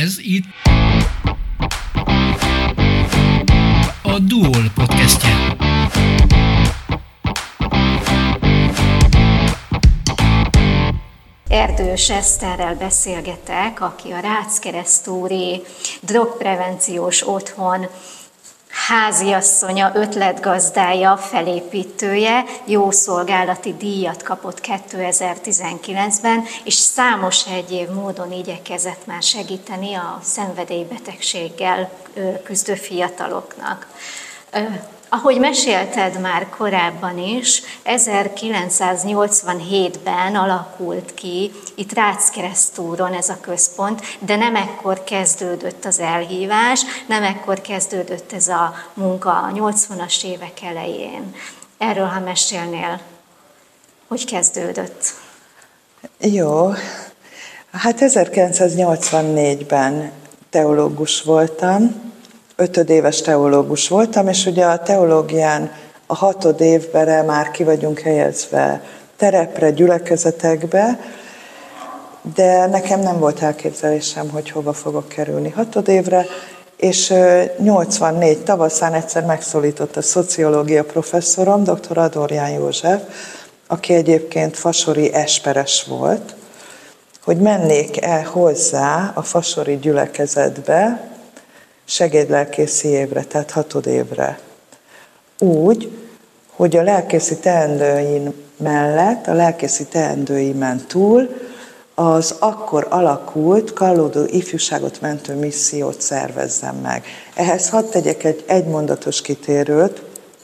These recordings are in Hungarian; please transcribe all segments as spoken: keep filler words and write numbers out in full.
Ez itt a Duol podcastje. Erdős Eszterrel beszélgetek, aki a Ráczkeresztúri drogprevenciós otthon háziasszonya, ötletgazdája, felépítője, jó szolgálati díjat kapott kétezer-tizenkilencben, és számos egyéb módon igyekezett már segíteni a szenvedélybetegséggel küzdő fiataloknak. Ahogy mesélted már korábban is, ezerkilencszáznyolcvanhétben alakult ki itt Ráczkeresztúron ez a központ, de nem ekkor kezdődött az elhívás, nem ekkor kezdődött ez a munka a nyolcvanas évek elején. Erről, ha mesélnél, hogy kezdődött? Jó, hát ezerkilencszáznyolcvannégyben teológus voltam, ötödéves teológus voltam, és ugye a teológián a hatodévben már ki vagyunk helyezve terepre, gyülekezetekbe, de nekem nem volt elképzelésem, hogy hova fogok kerülni hatodévre, és nyolcvannégy tavaszán egyszer megszólított a szociológia professzorom, dr. Adorján József, aki egyébként fasori esperes volt, hogy mennék-e hozzá a fasori gyülekezetbe, segédlelkészi évre, tehát hatodévre. Úgy, hogy a lelkészi teendőim mellett, a lelkészi teendőimen túl az akkor alakult Kallódó ifjúságot mentő missziót szervezzem meg. Ehhez hadd tegyek egy egymondatos kitérőt.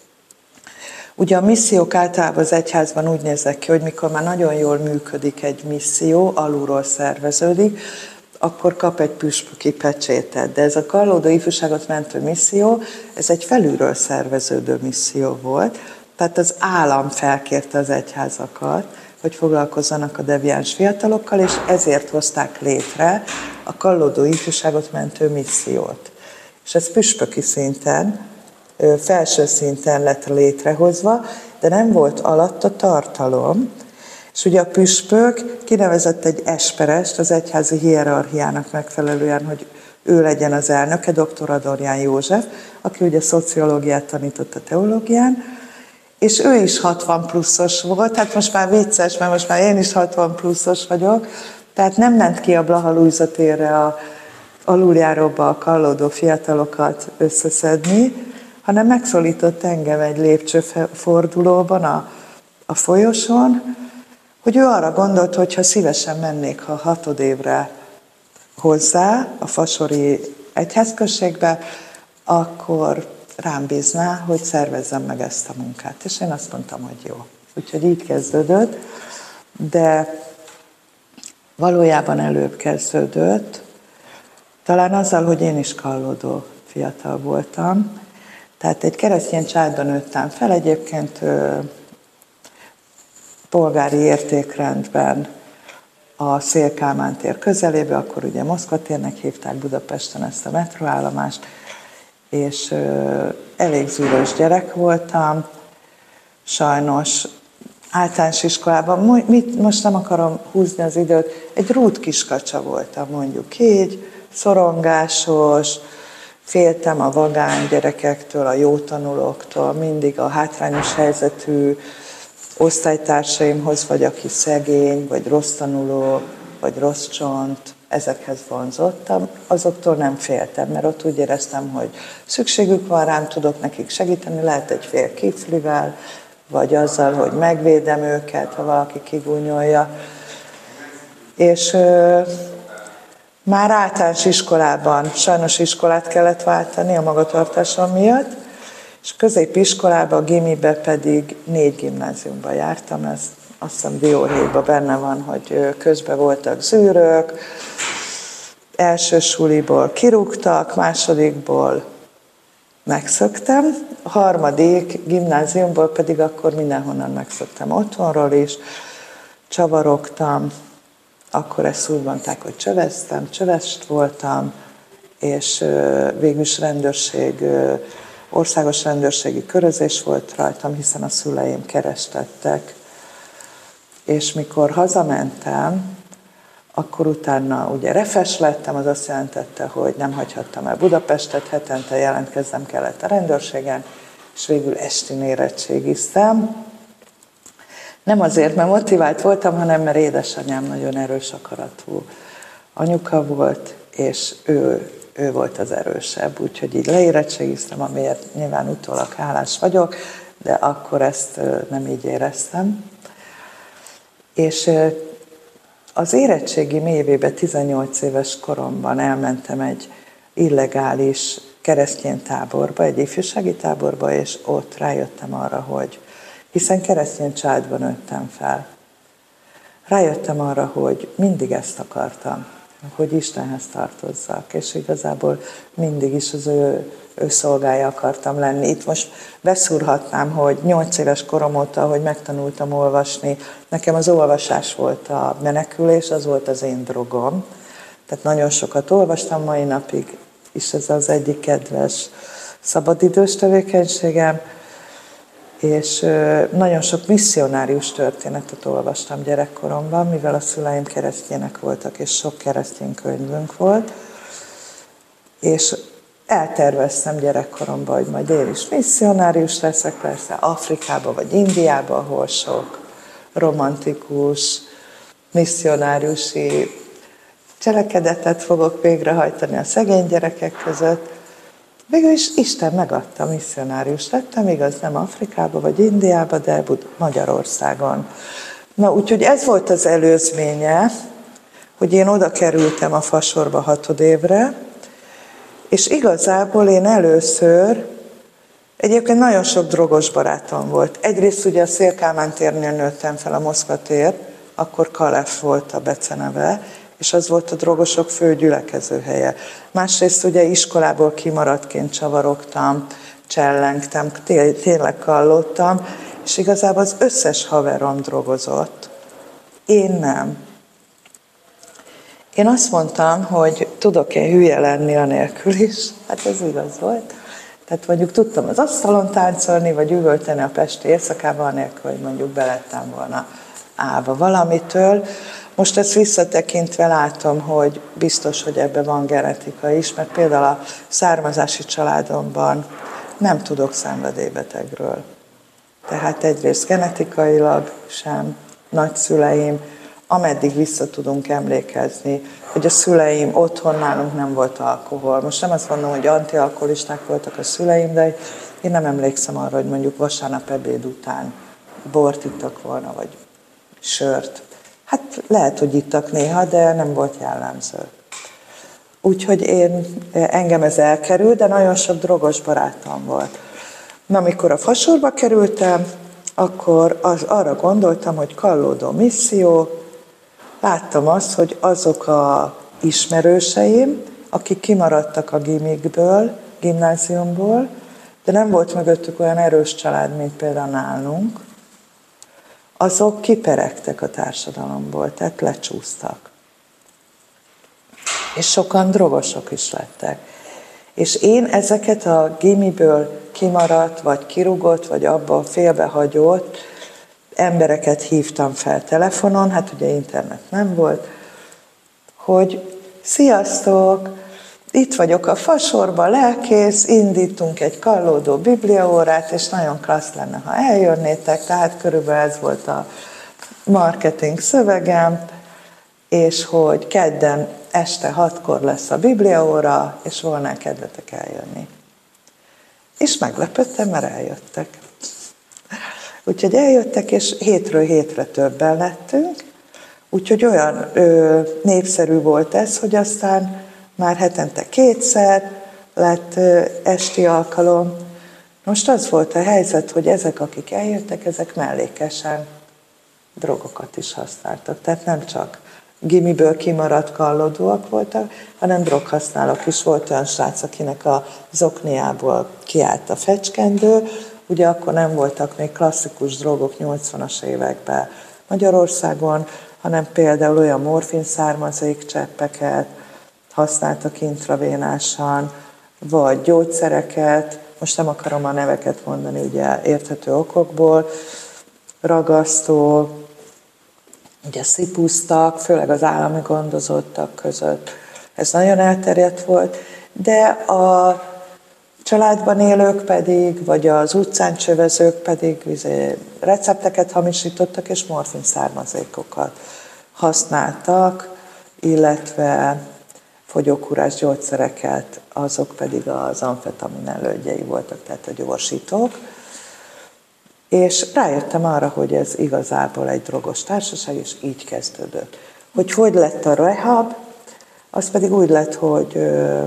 Ugye a missziók általában az egyházban úgy néznek ki, hogy mikor már nagyon jól működik egy misszió, alulról szerveződik, akkor kap egy püspöki pecsétet. De ez a Kallódó ifjúságot mentő misszió, ez egy felülről szerveződő misszió volt, tehát az állam felkérte az egyházakat, hogy foglalkozzanak a deviáns fiatalokkal, és ezért hozták létre a Kallódó ifjúságot mentő missziót. És ez püspöki szinten, felső szinten lett létrehozva, de nem volt alatta tartalom. És ugye a püspök kinevezett egy esperest az egyházi hierarchiának megfelelően, hogy ő legyen az elnöke, dr. Adorján József, aki ugye szociológiát tanított a teológián, és ő is hatvan pluszos volt, hát most már vicces, mert most már én is hatvan pluszos vagyok, tehát nem ment ki a Blaha Lujza térre a aluljáróba a Kallódó fiatalokat összeszedni, hanem megszólított engem egy lépcsőfordulóban a, a folyosón, hogy ő arra gondolt, hogy ha szívesen mennék ha hatodévre hozzá a fasori egyházközségbe, akkor rám bízná, hogy szervezzem meg ezt a munkát. És én azt mondtam, hogy jó. Úgyhogy így kezdődött, de valójában előbb kezdődött, talán azzal, hogy én is Kallódó fiatal voltam. Tehát egy keresztény családban nőttem fel, egyébként polgári értékrendben a Széll Kálmán tér közelébe, akkor ugye Moszkva térnek hívták Budapesten ezt a metroállomást, és ö, elég zűrös gyerek voltam, sajnos általános iskolában, mit, most nem akarom húzni az időt, egy rút kiskacsa voltam, mondjuk így, szorongásos, féltem a vagány gyerekektől, a jó tanulóktól, mindig a hátrányos helyzetű osztálytársaimhoz, vagy aki szegény, vagy rossz tanuló, vagy rossz csont, ezekhez vonzottam, azoktól nem féltem, mert ott úgy éreztem, hogy szükségük van rám, tudok nekik segíteni, lehet egy fél kiflivel, vagy azzal, hogy megvédem őket, ha valaki kigúnyolja. És ö, már általános iskolában sajnos iskolát kellett váltani a magatartásom miatt, és középiskolában, a gimibe pedig négy gimnáziumban jártam, ez azt hiszem dióhéjban benne van, hogy közben voltak zűrök, első suliból kirúgtak, másodikból megszöktem, a harmadik gimnáziumból pedig akkor mindenhonnan megszöktem otthonról is, csavarogtam, akkor ezt úgy mondták, hogy csöveztem, csövest voltam, és végülis rendőrség, országos rendőrségi körözés volt rajtam, hiszen a szüleim kerestettek. És mikor hazamentem, akkor utána ugye refes lettem, az azt jelentette, hogy nem hagyhattam el Budapestet, hetente jelentkeznem kellett a rendőrségen, és végül estén érettségiztem. Nem azért, mert motivált voltam, hanem mert édesanyám nagyon erős akaratú anyuka volt, és ő, ő volt az erősebb. Úgyhogy így leérettségiztem, amiért nyilván utólag hálás vagyok, de akkor ezt nem így éreztem. És az érettségim évében, tizennyolc éves koromban elmentem egy illegális keresztény táborba, egy ifjúsági táborba, és ott rájöttem arra, hogy hiszen keresztény családban nőttem fel. Rájöttem arra, hogy mindig ezt akartam, hogy Istenhez tartozzak, és igazából mindig is az ő, ő szolgája akartam lenni. Itt most beszúrhatnám, hogy nyolc éves korom óta, hogy megtanultam olvasni, nekem az olvasás volt a menekülés, az volt az én drogom. Tehát nagyon sokat olvastam mai napig, és ez az egyik kedves szabadidős tevékenységem, és nagyon sok misszionárius történetet olvastam gyerekkoromban, mivel a szüleim keresztények voltak, és sok keresztény könyvünk volt, és elterveztem gyerekkoromban, hogy majd én is misszionárius leszek, persze Afrikába vagy Indiába, ahol sok romantikus, misszionáriusi cselekedetet fogok végrehajtani a szegény gyerekek között. Végül is Isten megadta, misszionárius lettem, igaz, nem Afrikába vagy Indiába, de Magyarországon. Na, úgyhogy ez volt az előzménye, hogy én oda kerültem a Fasorba hatodévre, és igazából én először, egyébként nagyon sok drogos barátom volt. Egyrészt ugye a Széll-Kálmán térnél nőttem fel, a Moszkva tér, akkor Kalef volt a beceneve, és az volt a drogosok fő gyülekezőhelye. Másrészt ugye iskolából kimaradtként csavarogtam, csellengtem, tényleg kallottam, és igazából az összes haverom drogozott. Én nem. Én azt mondtam, hogy tudok-e hülye lenni anélkül is, hát ez igaz volt. Tehát mondjuk tudtam az asztalon táncolni, vagy üvölteni a pesti éjszakában, anélkül, hogy mondjuk belettem volna állva valamitől. Most ezt visszatekintve látom, hogy biztos, hogy ebben van genetika is, mert például a származási családomban nem tudok szenvedélybetegről. Tehát egyrészt genetikailag sem, nagyszüleim, ameddig vissza tudunk emlékezni, hogy a szüleim otthon nálunk nem volt alkohol. Most nem azt mondom, hogy antialkoholisták voltak a szüleim, de én nem emlékszem arra, hogy mondjuk vasárnap ebéd után bort ittak volna, vagy sört. Hát lehet, hogy ittak néha, de nem volt jellemző. Úgyhogy én, engem ez elkerült, de nagyon sok drogos barátom volt. Na, amikor a Fasorba kerültem, akkor az, arra gondoltam, hogy kallódó misszió, láttam azt, hogy azok a ismerőseim, akik kimaradtak a gimikből, gimnáziumból, de nem volt mögöttük olyan erős család, mint például nálunk, azok kiperegtek a társadalomból, tehát lecsúsztak. És sokan drogosok is lettek. És én ezeket a gimiből kimaradt, vagy kirúgott, vagy abba félbehagyott embereket hívtam fel telefonon, hát ugye internet nem volt, hogy sziasztok, itt vagyok a Fasorban, lelkész, indítunk egy kallódó bibliaórát, és nagyon klassz lenne, ha eljönnétek, tehát körülbelül ez volt a marketing szövegem, és hogy kedden este hatkor lesz a bibliaóra, és volna kedvetek eljönni. És meglepődtem, mert eljöttek. Úgyhogy eljöttek, és hétről hétre többen lettünk, úgyhogy olyan ö, népszerű volt ez, hogy aztán már hetente kétszer lett ö, esti alkalom. Most az volt a helyzet, hogy ezek, akik eljöttek, ezek mellékesen drogokat is használtak. Tehát nem csak gimiből kimaradt kallódóak voltak, hanem droghasználók is. Volt olyan srác, akinek a zokniából kiállt a fecskendő. Ugye akkor nem voltak még klasszikus drogok nyolcvanas években Magyarországon, hanem például olyan morfin származékcseppeket használtak intravénásan, vagy gyógyszereket, most nem akarom a neveket mondani, ugye érthető okokból, ragasztó, ugye szipusztak, főleg az állami gondozottak között. Ez nagyon elterjedt volt, de a családban élők pedig, vagy az utcán csövezők pedig recepteket hamisítottak, és morfin származékokat használtak, illetve fogyókúrás gyógyszereket, azok pedig az amfetamin elődjei voltak, tehát a gyorsítók. És rájöttem arra, hogy ez igazából egy drogos társaság, és így kezdődött. Hogy hogy lett a rehab, az pedig úgy lett, hogy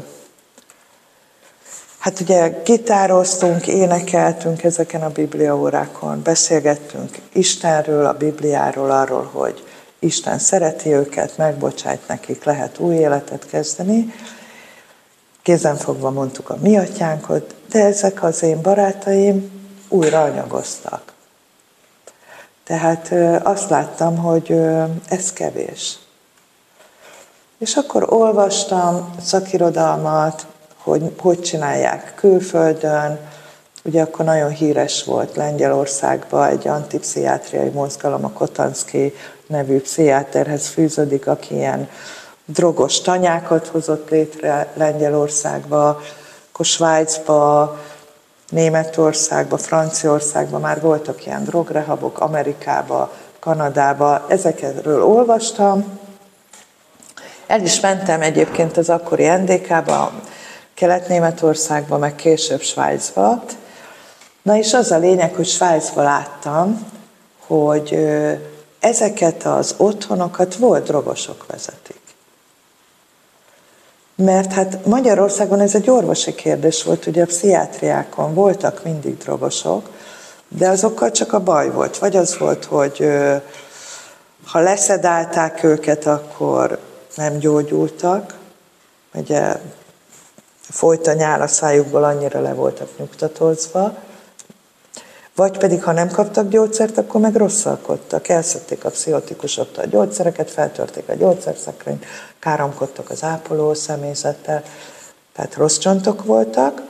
hát ugye gitároztunk, énekeltünk ezeken a bibliaórákon, beszélgettünk Istenről, a Bibliáról, arról, hogy Isten szereti őket, megbocsájt nekik, lehet új életet kezdeni. Kézenfogva mondtuk a mi atyánkot, de ezek az én barátaim újra anyagoztak. Tehát azt láttam, hogy ez kevés. És akkor olvastam szakirodalmat, hogy hogy csinálják külföldön. Ugye akkor nagyon híres volt Lengyelországban egy antipszichiátriai mozgalom, a Kotanszki nevű pszichiáterhez fűződik, aki ilyen drogos tanyákat hozott létre Lengyelországba, akkor Svájcba, Németországba, Franciaországba már voltak ilyen drogrehabok, Amerikába, Kanadába, ezekről olvastam. El is mentem egyébként az akkori en dé ká-ba, Kelet-Németországba, meg később Svájcba. Na és az a lényeg, hogy Svájcba láttam, hogy ezeket az otthonokat volt drogosok vezetik. Mert hát Magyarországon ez egy orvosi kérdés volt, ugye a pszichiátriákon voltak mindig drogosok, de azokkal csak a baj volt. Vagy az volt, hogy ha leszedálták őket, akkor nem gyógyultak, ugye folyt a nyál a szájukból, annyira le voltak nyugtatózva, vagy pedig, ha nem kaptak gyógyszert, akkor meg rosszalkodtak, elszedték a pszichotikusoktól a gyógyszereket, feltörték a gyógyszerszekrényt, káromkodtak az ápoló személyzettel, tehát rossz csontok voltak.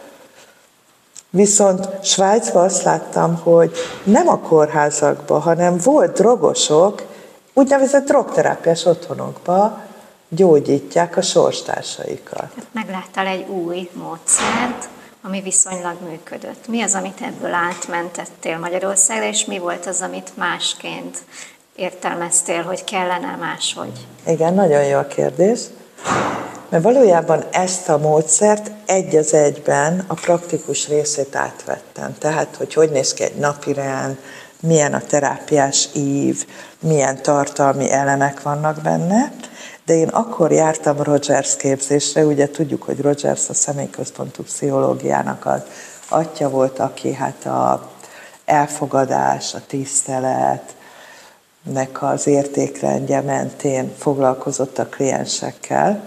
Viszont Svájcban azt láttam, hogy nem a kórházakban, hanem volt drogosok, úgynevezett drogterápiás otthonokban gyógyítják a sorstársaikat. Tehát megláttál egy új módszert, ami viszonylag működött. Mi az, amit ebből átmentettél Magyarországra, és mi volt az, amit másként értelmeztél, hogy kellene máshogy? Igen, nagyon jó a kérdés. Mert valójában ezt a módszert egy az egyben a praktikus részét átvettem. Tehát, hogy hogy néz ki egy napirend, milyen a terápiás ív, milyen tartalmi elemek vannak benne. De én akkor jártam Rogers képzésre, ugye tudjuk, hogy Rogers a személyközpontú pszichológiának az atya volt, aki hát a elfogadás, a tisztelet, nek az értékrendje mentén foglalkozott a kliensekkel.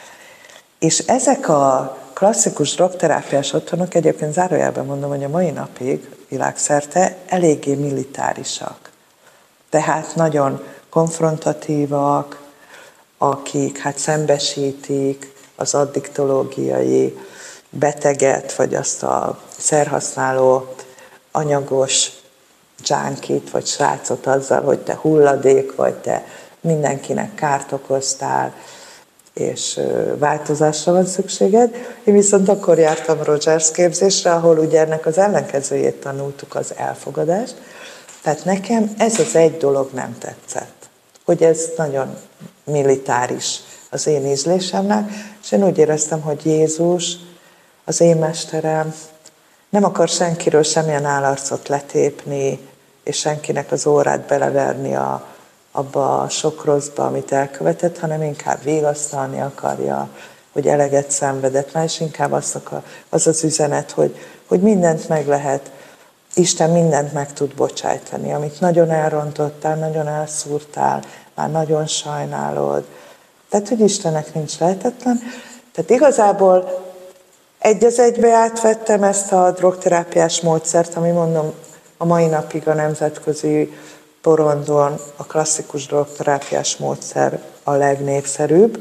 És ezek a klasszikus drogterápiás otthonok, egyébként zárójelben mondom, hogy a mai napig világszerte eléggé militárisak. Tehát nagyon konfrontatívak, akik hát szembesítik az addiktológiai beteget, vagy azt a szerhasználó anyagos dzsánkit, vagy srácot azzal, hogy te hulladék vagy, te mindenkinek kárt okoztál, és változásra van szükséged. Én viszont akkor jártam Rogers képzésre, ahol ugye ennek az ellenkezőjét tanultuk, az elfogadást. Tehát nekem ez az egy dolog nem tetszett, hogy ez nagyon militáris az én ízlésemnek, és én úgy éreztem, hogy Jézus, az én mesterem, nem akar senkiről semmilyen állarcot letépni, és senkinek az órát beleverni a, abba a sok rosszba, amit elkövetett, hanem inkább vigasztalni akarja, hogy eleget szenvedett már, és inkább az, akar, az az üzenet, hogy, hogy mindent meg lehet, Isten mindent meg tud bocsájtani, amit nagyon elrontottál, nagyon elszúrtál, már nagyon sajnálod. Tehát, hogy Istennek nincs lehetetlen. Tehát igazából egy az egybe átvettem ezt a drogterápiás módszert, ami mondom a mai napig a nemzetközi porondon a klasszikus drogterápiás módszer a legnépszerűbb,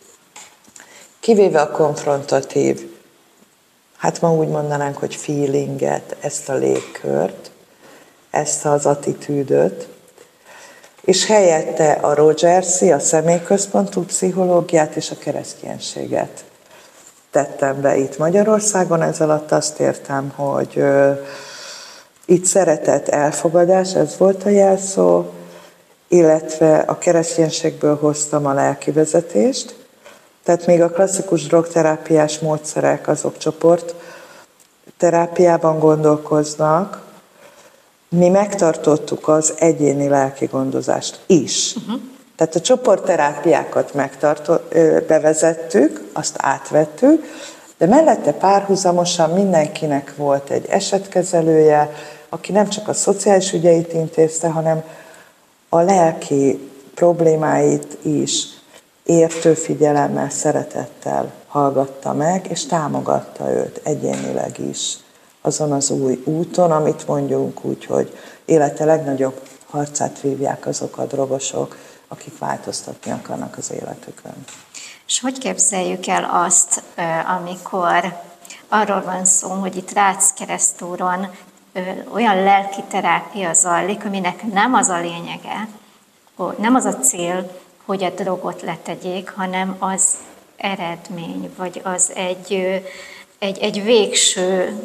kivéve a konfrontatív, hát ma úgy mondanánk, hogy feelinget, ezt a légkört, ezt az attitűdöt, és helyette a Rogers-i, a személyközpontú pszichológiát és a kereszténységet tettem be itt Magyarországon. Ez alatt azt értem, hogy ö, itt szeretet, elfogadás, ez volt a jelszó, illetve a kereszténységből hoztam a lelkivezetést. Tehát még a klasszikus drogterápiás módszerek, azok csoport terápiában gondolkoznak. Mi megtartottuk az egyéni lelki gondozást is. Uh-huh. Tehát a csoportterápiákat megtartott, bevezettük, azt átvettük, de mellette párhuzamosan mindenkinek volt egy esetkezelője, aki nem csak a szociális ügyeit intézte, hanem a lelki problémáit is értő figyelemmel, szeretettel hallgatta meg, és támogatta őt egyénileg is azon az új úton, amit mondjunk úgy, hogy élete legnagyobb harcát vívják azok a drogosok, akik változtatni akarnak az életükön. És hogy képzeljük el azt, amikor arról van szó, hogy itt Rácz-Keresztúron olyan lelki terápia zajlik, aminek nem az a lényege, nem az a cél, hogy a drogot letegyék, hanem az eredmény, vagy az egy, egy, egy végső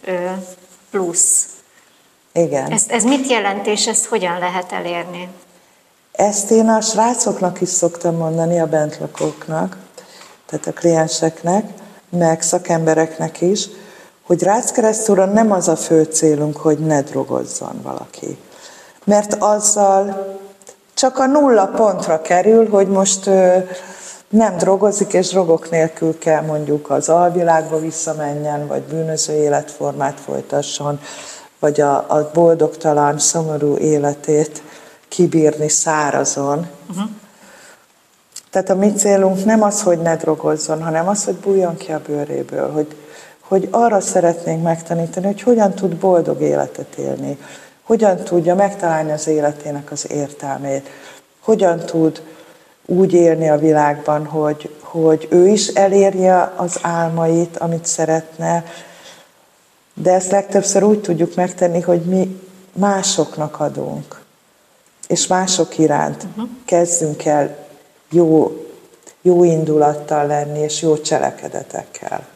plusz. Igen. Ez, ez mit jelent, és ezt hogyan lehet elérni? Ezt én a srácoknak is szoktam mondani, a bentlakóknak, tehát a klienseknek, meg szakembereknek is, hogy Rácz-Keresztúron nem az a fő célunk, hogy ne drogozzon valaki. Mert azzal csak a nulla pontra kerül, hogy most ö, nem drogozik, és drogok nélkül kell mondjuk az alvilágba visszamenjen, vagy bűnöző életformát folytasson, vagy a, a boldogtalan, szomorú életét kibírni szárazon. Uh-huh. Tehát a mi célunk nem az, hogy ne drogozzon, hanem az, hogy bújjon ki a bőréből, hogy, hogy arra szeretnénk megtanítani, hogy hogyan tud boldog életet élni, hogyan tudja megtalálni az életének az értelmét, hogyan tud úgy élni a világban, hogy, hogy ő is elérje az álmait, amit szeretne, de ezt legtöbbször úgy tudjuk megtenni, hogy mi másoknak adunk, és mások iránt uh-huh. kezdünk el jó, jó indulattal lenni, és jó cselekedetekkel.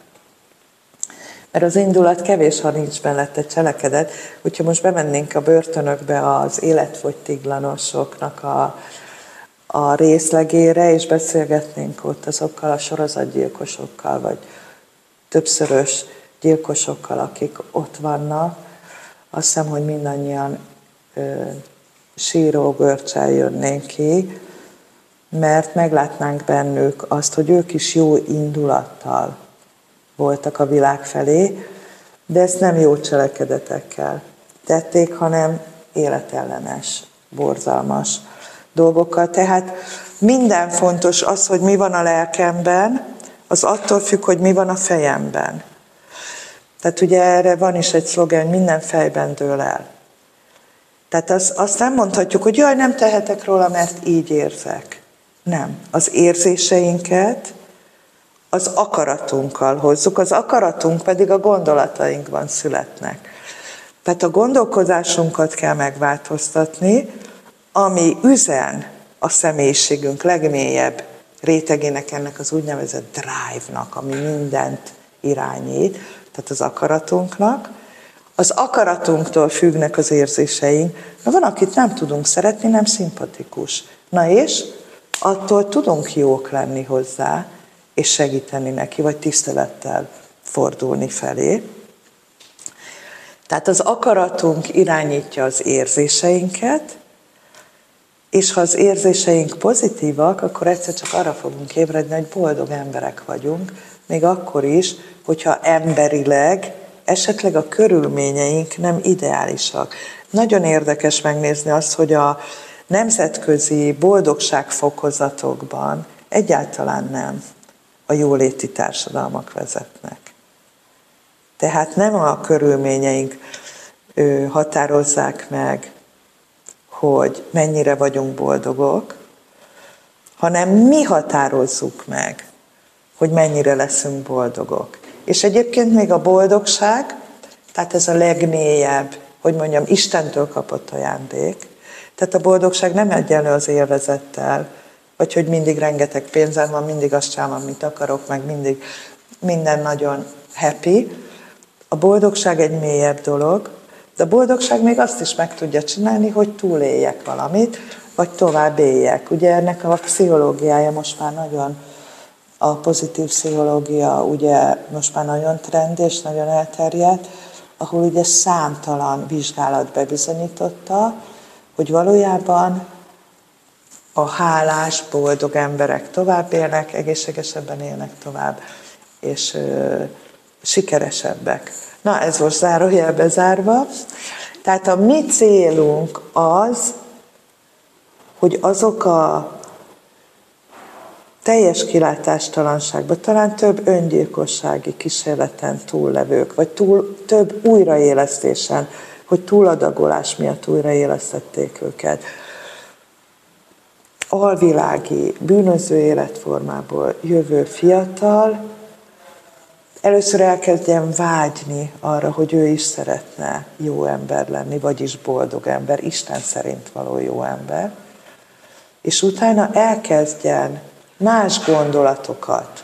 Mert az indulat kevés, ha nincs mellett egy cselekedet. Hogyha most bemennénk a börtönökbe az életfogytiglanosoknak a, a részlegére, és beszélgetnénk ott azokkal a sorozatgyilkosokkal, vagy többszörös gyilkosokkal, akik ott vannak, azt hiszem, hogy mindannyian ö, síró görcsel jönnénk ki, mert meglátnánk bennük azt, hogy ők is jó indulattal voltak a világ felé, de ezt nem jó cselekedetekkel tették, hanem életellenes, borzalmas dolgokkal. Tehát minden fontos az, hogy mi van a lelkemben, az attól függ, hogy mi van a fejemben. Tehát ugye erre van is egy szlogen, hogy minden fejben dől el. Tehát azt, azt nem mondhatjuk, hogy jaj, nem tehetek róla, mert így érzek. Nem. Az érzéseinket az akaratunkkal hozzuk, az akaratunk pedig a gondolatainkban születnek. Tehát a gondolkozásunkat kell megváltoztatni, ami üzen a személyiségünk legmélyebb rétegének, ennek az úgynevezett drive-nak, ami mindent irányít, tehát az akaratunknak. Az akaratunktól függnek az érzéseink, mert van, akit nem tudunk szeretni, nem szimpatikus. Na és attól tudunk jók lenni hozzá, és segíteni neki, vagy tisztelettel fordulni felé. Tehát az akaratunk irányítja az érzéseinket, és ha az érzéseink pozitívak, akkor egyszer csak arra fogunk ébredni, hogy boldog emberek vagyunk, még akkor is, hogyha emberileg esetleg a körülményeink nem ideálisak. Nagyon érdekes megnézni azt, hogy a nemzetközi boldogságfokozatokban egyáltalán nem a jóléti társadalmak vezetnek. Tehát nem a körülményeink ö, határozzák meg, hogy mennyire vagyunk boldogok, hanem mi határozzuk meg, hogy mennyire leszünk boldogok. És egyébként még a boldogság, tehát ez a legmélyebb, hogy mondjam, Istentől kapott ajándék, Tehát a boldogság nem egyenlő az élvezettel, vagy hogy mindig rengeteg pénzem van, mindig azt csinálom, amit akarok, meg mindig minden nagyon happy. A boldogság egy mélyebb dolog, de a boldogság még azt is meg tudja csinálni, hogy túléljek valamit, vagy tovább éljek. Ugye ennek a pszichológiája most már nagyon, a pozitív pszichológia ugye most már nagyon trend és nagyon elterjedt, ahol ugye számtalan vizsgálat bebizonyította, hogy valójában a hálás, boldog emberek tovább élnek, egészségesebben élnek tovább, és ö, sikeresebbek. Na, ez most zárójel bezárva. Tehát a mi célunk az, hogy azok a teljes kilátástalanságban, talán több öngyilkossági kísérleten túllevők, vagy túl, több újraélesztésen, hogy túladagolás miatt újraélesztették őket. Alvilági, bűnöző életformából jövő fiatal először elkezdjen vágyni arra, hogy ő is szeretne jó ember lenni, vagyis boldog ember, Isten szerint való jó ember, és utána elkezdjen más gondolatokat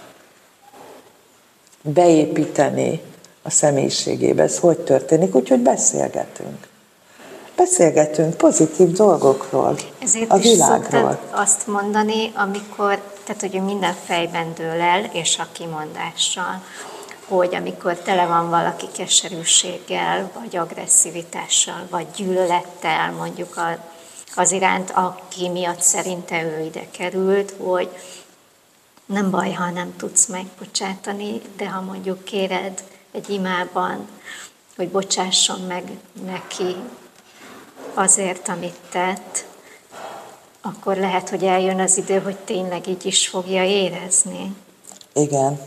beépíteni a személyiségébe. Ez hogy történik? Úgyhogy beszélgetünk. Beszélgetünk pozitív dolgokról, ezért a is világról. szoktad azt mondani, amikor, tehát hogy minden fejben dől el, és a kimondással, hogy amikor tele van valaki keserűséggel, vagy agresszivitással, vagy gyűlölettel, mondjuk a, az iránt, aki miatt szerinte ő ide került, hogy nem baj, ha nem tudsz megbocsátani, de ha mondjuk kéred egy imában, hogy bocsásson meg neki azért, amit tett, akkor lehet, hogy eljön az idő, hogy tényleg így is fogja érezni. Igen.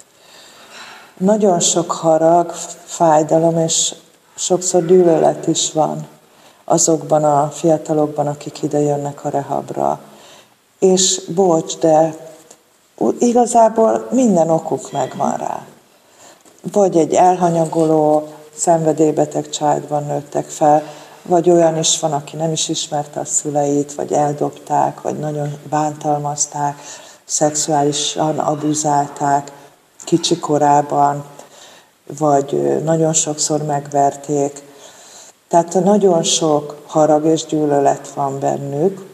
Nagyon sok harag, fájdalom és sokszor gyűlölet is van azokban a fiatalokban, akik ide jönnek a rehabra. És bocs, de igazából minden okuk megvan rá. Vagy egy elhanyagoló, szenvedélybeteg családban nőttek fel, vagy olyan is van, aki nem is ismerte a szüleit, vagy eldobták, vagy nagyon bántalmazták, szexuálisan abuzálták kicsi korában, vagy nagyon sokszor megverték. Tehát nagyon sok harag és gyűlölet van bennük,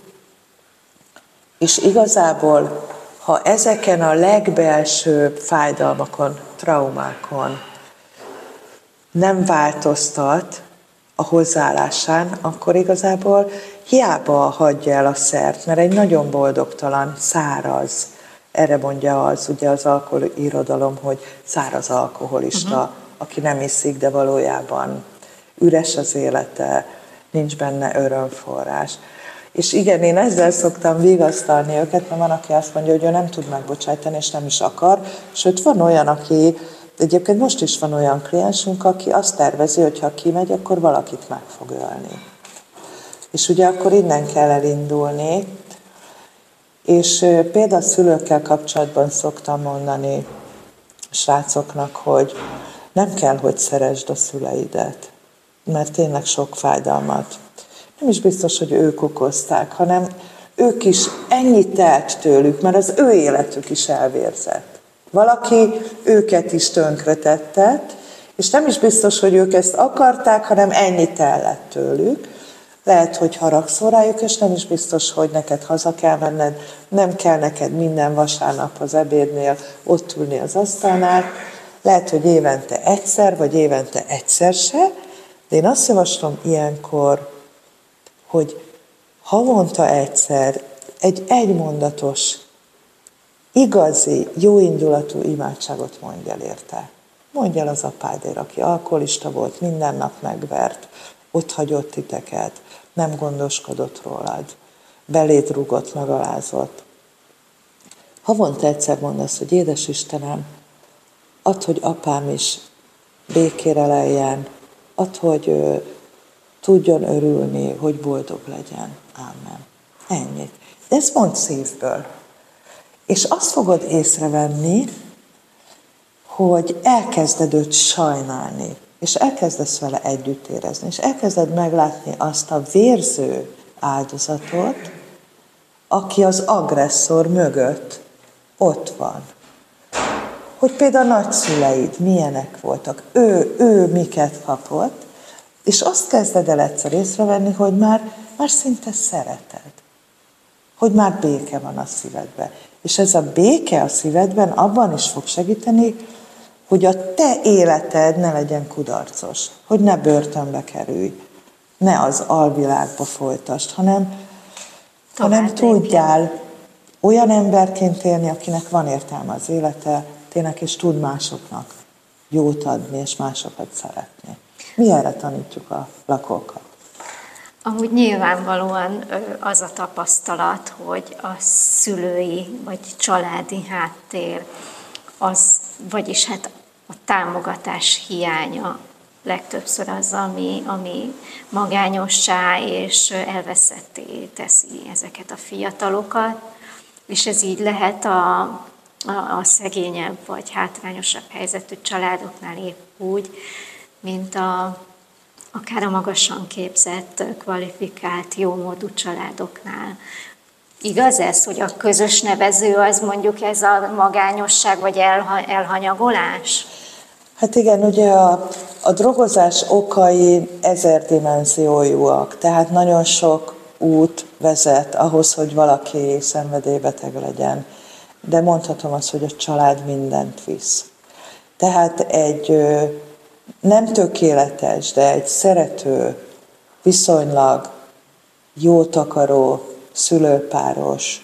és igazából, ha ezeken a legbelsőbb fájdalmakon, traumákon nem változtat a hozzáállásán, akkor igazából hiába hagyja el a szert, mert egy nagyon boldogtalan, száraz, erre mondja az, ugye az alkoholirodalom, hogy száraz alkoholista, uh-huh. aki nem iszik, de valójában üres az élete, nincs benne örömforrás. És igen, én ezzel szoktam vigasztalni őket, mert van, aki azt mondja, hogy ő nem tud megbocsájtani, és nem is akar. Sőt, van olyan, aki, egyébként most is van olyan kliensünk, aki azt tervezi, hogy ha kimegy, akkor valakit meg fog ölni. És ugye akkor innen kell elindulni, és például a szülőkkel kapcsolatban szoktam mondani a srácoknak, hogy nem kell, hogy szeresd a szüleidet, mert tényleg sok fájdalmat. Nem is biztos, hogy ők okozták, hanem ők is ennyit telt tőlük, mert az ő életük is elvérzett. Valaki őket is tönkretettet, és nem is biztos, hogy ők ezt akarták, hanem ennyit tellett tőlük. Lehet, hogy haragszol rájuk, és nem is biztos, hogy neked haza kell menned, nem kell neked minden vasárnap az ebédnél ott ülni az asztalnál. Lehet, hogy évente egyszer, vagy évente egyszer se, de én azt javaslom ilyenkor, hogy havonta egyszer egy egymondatos, igazi, jóindulatú imádságot mondj el érte. Mondj el az apádért, aki alkoholista volt, minden nap megvert, ott hagyott titeket, nem gondoskodott rólad, beléd rúgott, megalázott. Havonta egyszer mondasz, hogy édes Istenem, add, hogy apám is békére leljen, add, hogy ő tudjon örülni, hogy boldog legyen. Ámen. Ennyit. De ezt mondd szívből. És azt fogod észrevenni, hogy elkezded őt sajnálni, és elkezdesz vele együtt érezni, és elkezded meglátni azt a vérző áldozatot, aki az agresszor mögött ott van. Hogy például a nagyszüleid milyenek voltak, ő, ő miket kapott, és azt kezded el egyszer észrevenni, hogy már, már szinte szereted. Hogy már béke van a szívedben. És ez a béke a szívedben abban is fog segíteni, hogy a te életed ne legyen kudarcos, hogy ne börtönbe kerülj, ne az alvilágba folytasd, hanem, hanem tudjál olyan emberként élni, akinek van értelme az élete, tényleg, és tud másoknak jót adni, és másokat szeretni. Mi erre tanítjuk a lakókat? Amúgy nyilvánvalóan az a tapasztalat, hogy a szülői vagy családi háttér, az, vagyis hát a támogatás hiánya legtöbbször az, ami, ami magányossá és elveszetté teszi ezeket a fiatalokat, és ez így lehet a, a, a szegényebb vagy hátrányosabb helyzetű családoknál épp úgy, mint a, akár a magasan képzett, kvalifikált, jómódú családoknál. Igaz ez, hogy a közös nevező az mondjuk ez a magányosság vagy elha, elhanyagolás? Hát igen, ugye a, a drogozás okai ezerdimenziójúak, tehát nagyon sok út vezet ahhoz, hogy valaki szenvedélybeteg legyen. De mondhatom azt, hogy a család mindent visz. Tehát egy nem tökéletes, de egy szerető, viszonylag jót akaró szülőpáros,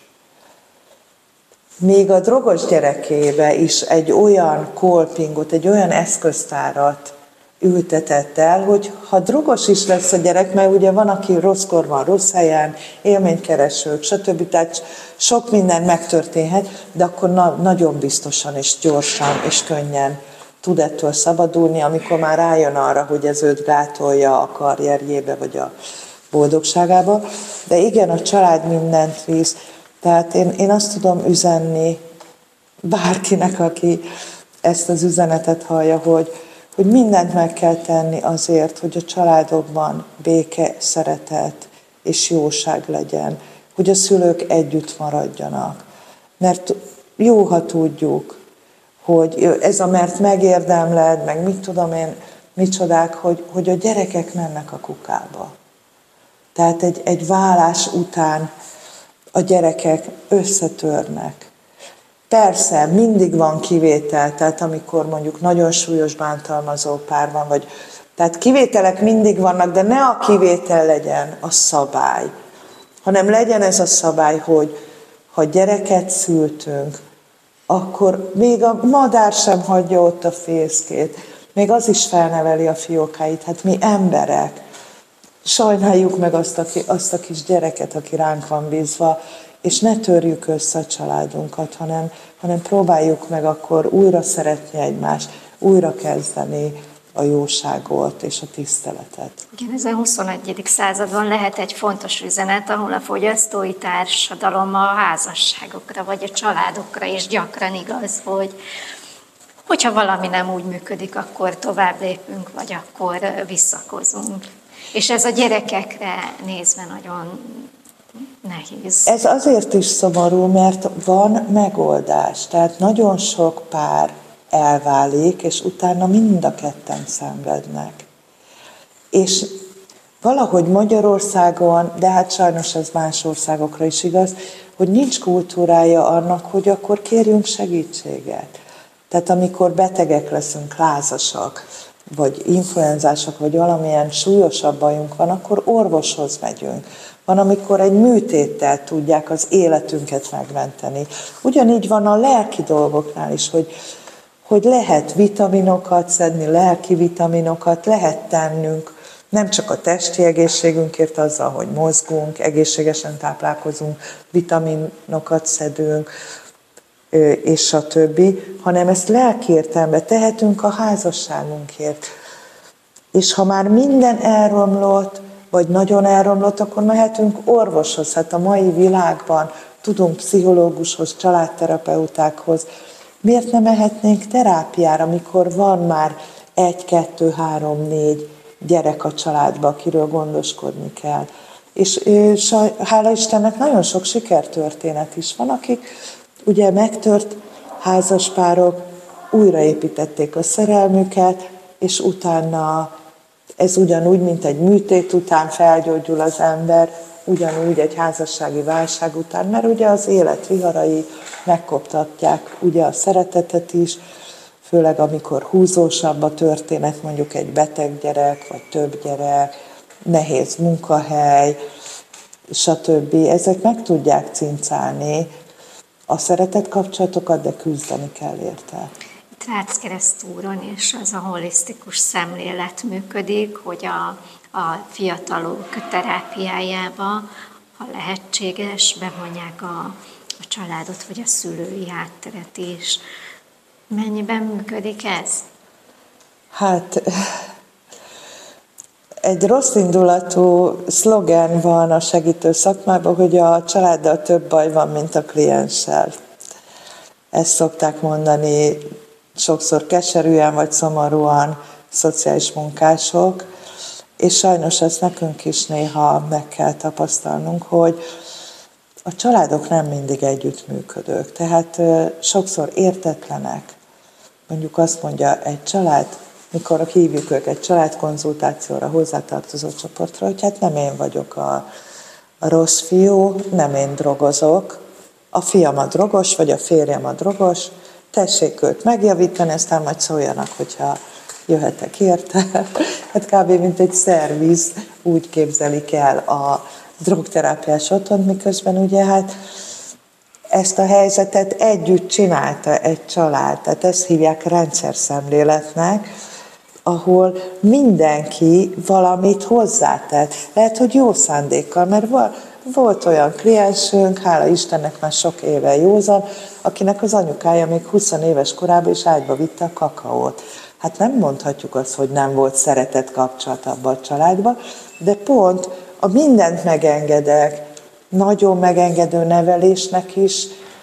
még a drogos gyerekébe is egy olyan kolpingot, egy olyan eszköztárat ültetett el, hogy ha drogos is lesz a gyerek, mert ugye van, aki rosszkor van, rossz helyen, élménykeresők, stb. Tehát sok minden megtörténhet, de akkor na- nagyon biztosan és gyorsan és könnyen tud ettől szabadulni, amikor már rájön arra, hogy ez őt gátolja a karrierjébe vagy a boldogságába. De igen, a család mindent visz. Tehát én, én azt tudom üzenni bárkinek, aki ezt az üzenetet hallja, hogy, hogy mindent meg kell tenni azért, hogy a családokban béke, szeretet és jóság legyen, hogy a szülők együtt maradjanak. Mert jó, ha tudjuk, hogy ez a mert megérdemled, meg mit tudom én, micsodák, hogy, hogy a gyerekek mennek a kukába. Tehát egy, egy válás után a gyerekek összetörnek. Persze, mindig van kivétel, tehát amikor mondjuk nagyon súlyos bántalmazó pár van, vagy, tehát kivételek mindig vannak, de ne a kivétel legyen a szabály, hanem legyen ez a szabály, hogy ha gyereket szültünk, akkor még a madár sem hagyja ott a fészkét, még az is felneveli a fiókáit, hát mi emberek. Sajnáljuk meg azt a, azt a kis gyereket, aki ránk van bízva, és ne törjük össze a családunkat, hanem, hanem próbáljuk meg akkor újra szeretni egymást, újra kezdeni a jóságot és a tiszteletet. Igen, ez a huszonegyedik században lehet egy fontos üzenet, ahol a fogyasztói társadalom a házasságokra vagy a családokra is gyakran igaz, hogy hogyha valami nem úgy működik, akkor tovább lépünk, vagy akkor visszakozunk. És ez a gyerekekre nézve nagyon nehéz. Ez azért is szomorú, mert van megoldás. Tehát nagyon sok pár elválik, és utána mind a ketten szenvednek. És valahogy Magyarországon, de hát sajnos ez más országokra is igaz, hogy nincs kultúrája annak, hogy akkor kérjünk segítséget. Tehát amikor betegek leszünk, lázasak, vagy influenzásak, vagy valamilyen súlyosabb bajunk van, akkor orvoshoz megyünk. Van, amikor egy műtéttel tudják az életünket megmenteni. Ugyanígy van a lelki dolgoknál is, hogy, hogy lehet vitaminokat szedni, lelki vitaminokat, lehet tennünk, nem csak a testi egészségünkért azzal, hogy mozgunk, egészségesen táplálkozunk, vitaminokat szedünk, és a többi, hanem ezt lelki értelemben tehetünk a házasságunkért. És ha már minden elromlott, vagy nagyon elromlott, akkor mehetünk orvoshoz. Hát a mai világban tudunk pszichológushoz, családterapeutákhoz. Miért nem mehetnénk terápiára, amikor van már egy, kettő, három, négy gyerek a családba, akiről gondoskodni kell. És hála Istennek nagyon sok sikertörténet is van, akik ugye megtört házaspárok újraépítették a szerelmüket, és utána ez ugyanúgy, mint egy műtét után felgyógyul az ember, ugyanúgy egy házassági válság után, mert ugye az élet viharai megkoptatják ugye a szeretetet is, főleg amikor húzósabb a történet, mondjuk egy beteg gyerek, vagy több gyerek, nehéz munkahely, stb. Ezek meg tudják cincálni a szeretett kapcsolatokat, de küzdeni kell érte. Rácz-keresztúron is az a holisztikus szemlélet működik, hogy a, a fiatalok terápiájába, ha lehetséges, bevonják a, a családot vagy a szülői hátteret is. Mennyiben működik ez? Hát egy rossz indulatú szlogen van a segítő szakmában, hogy a családdal több baj van, mint a klienssel. Ezt szokták mondani sokszor keserűen vagy szomorúan szociális munkások, és sajnos ezt nekünk is néha meg kell tapasztalnunk, hogy a családok nem mindig együttműködők, tehát sokszor értetlenek. Mondjuk azt mondja egy család, mikor hívjuk őket családkonzultációra, hozzátartozó csoportra, hogy hát nem én vagyok a, a rossz fiú, nem én drogozok, a fiam a drogos, vagy a férjem a drogos, tessék őt megjavítani, aztán majd szóljanak, hogyha jöhetek érte. Hát kb. Mint egy szerviz, úgy képzelik el a drogterápiás otthont, miközben ugye hát ezt a helyzetet együtt csinálta egy család, tehát ezt hívják rendszerszemléletnek, ahol mindenki valamit hozzátett. Lehet, hogy jó szándékkal, mert volt olyan kliensünk, hála Istennek már sok éve józan, akinek az anyukája még húsz éves korában is ágyba vitte a kakaót. Hát nem mondhatjuk azt, hogy nem volt szeretet kapcsolat abban a családban, de pont a mindent megengedek, nagyon megengedő nevelésnek is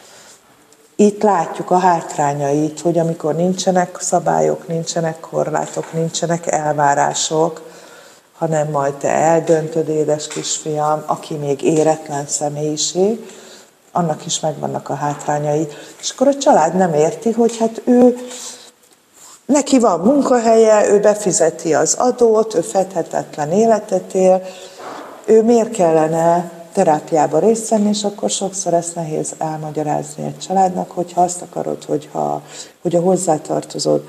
itt látjuk a hátrányait, hogy amikor nincsenek szabályok, nincsenek korlátok, nincsenek elvárások, hanem majd te eldöntöd, édes kisfiam, aki még éretlen személyiség, annak is megvannak a hátrányai. És akkor a család nem érti, hogy hát ő, neki van munkahelye, ő befizeti az adót, ő fedhetetlen életet él, ő miért kellene terápiába részt venni, és akkor sokszor ezt nehéz elmagyarázni egy családnak, hogyha azt akarod, hogyha, hogy a hozzátartozód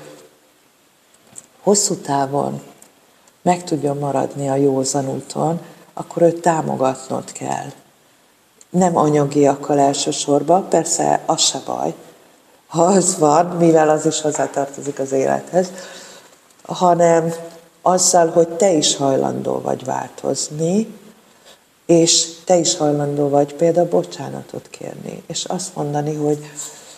hosszú távon meg tudjon maradni a józan úton, akkor őt támogatnod kell. Nem anyagiakkal elsősorban, persze az se baj, ha az van, mivel az is hozzátartozik az élethez, hanem azzal, hogy te is hajlandó vagy változni, és te is hajlandó vagy például bocsánatot kérni, és azt mondani, hogy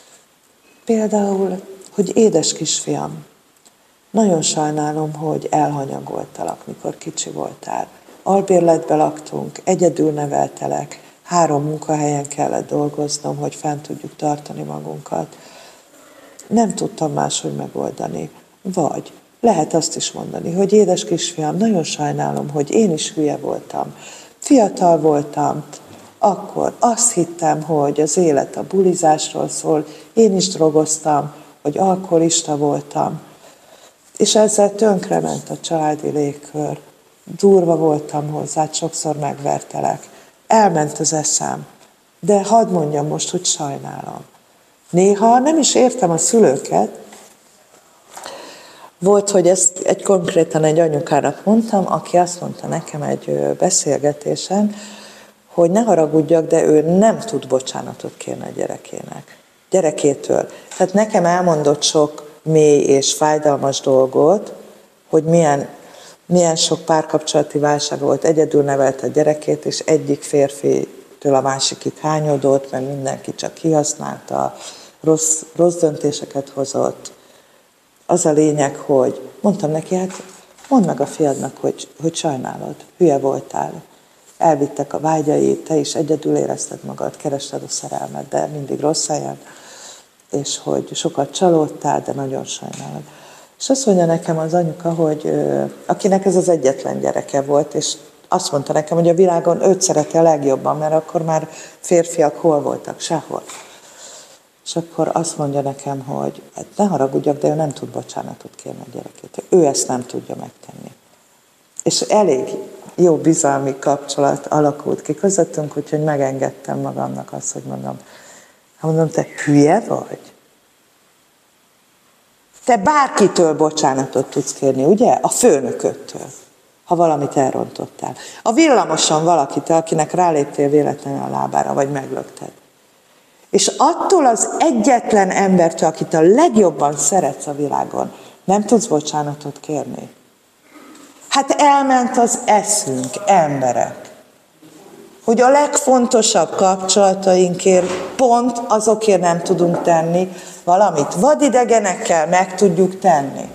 például, hogy édes kisfiam, nagyon sajnálom, hogy elhanyagoltalak, mikor kicsi voltál. Albérletbe laktunk, egyedül neveltelek, három munkahelyen kellett dolgoznom, hogy fent tudjuk tartani magunkat. Nem tudtam máshogy megoldani. Vagy lehet azt is mondani, hogy édes kisfiam, nagyon sajnálom, hogy én is hülye voltam. Fiatal voltam, akkor azt hittem, hogy az élet a bulizásról szól, én is drogoztam, hogy alkoholista voltam, és ezzel tönkrement a családi légkör. Durva voltam hozzá, sokszor megvertelek. Elment az eszem, de hadd mondjam most, hogy sajnálom. Néha nem is értem a szülőket. Volt, hogy ezt egy konkrétan egy anyukának mondtam, aki azt mondta nekem egy beszélgetésen, hogy ne haragudjak, de ő nem tud bocsánatot kérni a gyerekének. Gyerekétől. Tehát nekem elmondott sok mély és fájdalmas dolgot, hogy milyen, milyen sok párkapcsolati válság volt, egyedül nevelte a gyerekét, és egyik férfitől a másikig hányodott, mert mindenki csak kihasználta, rossz, rossz döntéseket hozott. Az a lényeg, hogy mondtam neki, hát mondd meg a fiadnak, hogy, hogy sajnálod, hülye voltál, elvittek a vágyait, te is egyedül érezted magad, kerested a szerelmet, de mindig rossz helyen, és hogy sokat csalódtál, de nagyon sajnálod. És azt mondja nekem az anyuka, hogy akinek ez az egyetlen gyereke volt, és azt mondta nekem, hogy a világon őt szereti a legjobban, mert akkor már férfiak hol voltak, sehol. És akkor azt mondja nekem, hogy hát ne haragudjak, de ő nem tud bocsánatot kérni a gyerekét. Ő ezt nem tudja megtenni. És elég jó bizalmi kapcsolat alakult ki közöttünk, úgyhogy megengedtem magamnak azt, hogy mondom, hát mondom, te hülye vagy? Te bárkitől bocsánatot tudsz kérni, ugye? A főnököttől, ha valamit elrontottál. A villamoson valakitől, akinek ráléptél véletlenül a lábára, vagy meglökted. És attól az egyetlen embertől, akit a legjobban szeretsz a világon, nem tudsz bocsánatot kérni. Hát elment az eszünk, emberek, hogy a legfontosabb kapcsolatainkért pont azokért nem tudunk tenni valamit. Vadidegenekkel meg tudjuk tenni.